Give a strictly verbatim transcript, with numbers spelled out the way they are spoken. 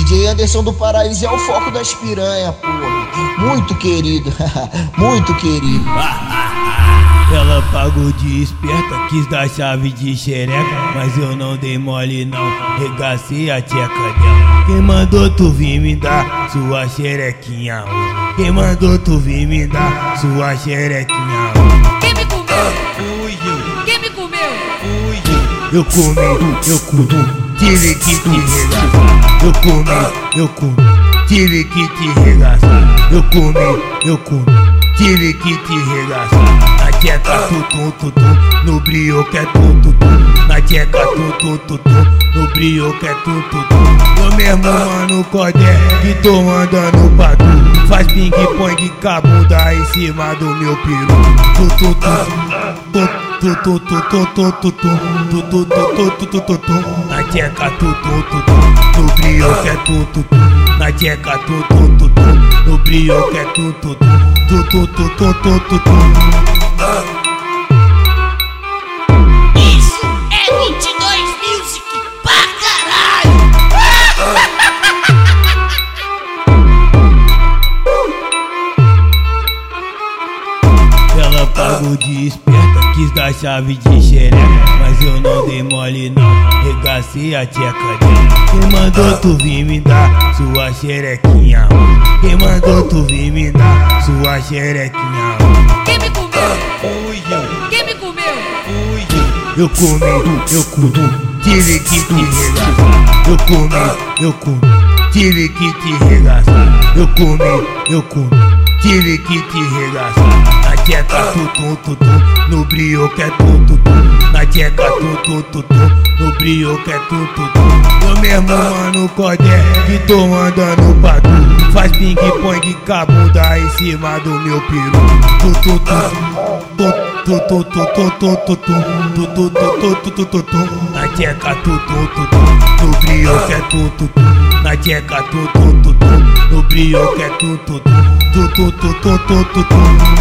J Anderson do Paraíso é o foco das piranha, porra. Muito querido, muito querido. Ela pagou de esperta, quis dar chave de xereca, mas eu não dei mole não, regacei a tcheca dela. Quem mandou tu vir me dar sua xerequinha hoje? Quem mandou tu vir me dar sua xerequinha hoje? Quem me comeu? Fui eu. Quem me comeu? Fui eu. Eu comi, eu comi, tive que te regaçar. Eu comi, eu comi, tive que te regaçar. Eu comi, eu comi, tive que te regaçar. Na tcheca tutum tutum, no brioco é tum tutum. Na tcheca tutum tutum, no brioco é tum tutum. Eu mesmo mano codé, que tô mandando pra tu. Faz ping-pong com a bunda em cima do meu peru. Tutum tutum. Tu tu tu tu tu tu tu tu tu tu tu tu tu tu na tcheca tu tu tu tu no brioco é tu tu tu na tcheca tu tu tu tu no brioco é tu tu tu tu tu tu tu tu tu. Isso é vinte e dois Music pra caralho. Ela pagou de esperta, quis dar chave de xereca, mas eu não dei mole não, regacei a tcheca dela. Quem mandou tu vir me dar sua xerequinha hoje? Quem mandou tu vir me dar sua xerequinha hoje? Quem me comeu? Fui eu. Quem me comeu? Fui eu. Eu comi, eu comi, tive que te regaçar. Eu comi, eu comi, tive que te regaçar. Eu comi, eu comi, tive que te regaçar. Na tcheca tutum tutum, no brioco é tum tutum. Na tcheca tutum tutum, no brioco é tum tutum. Eu mesmo mano codé, que tô mandando pra tu. Faz ping-pong com a bunda em cima do meu peru. Tutum tutum. Tu tu tu tu tu tu tu tu tu tu tu tu tu tu na tcheca tu tu tu tu no brioco é tu tu tu na tcheca tu tu tu tu no brioco é tu tu tu tu tu tu tu tu tu.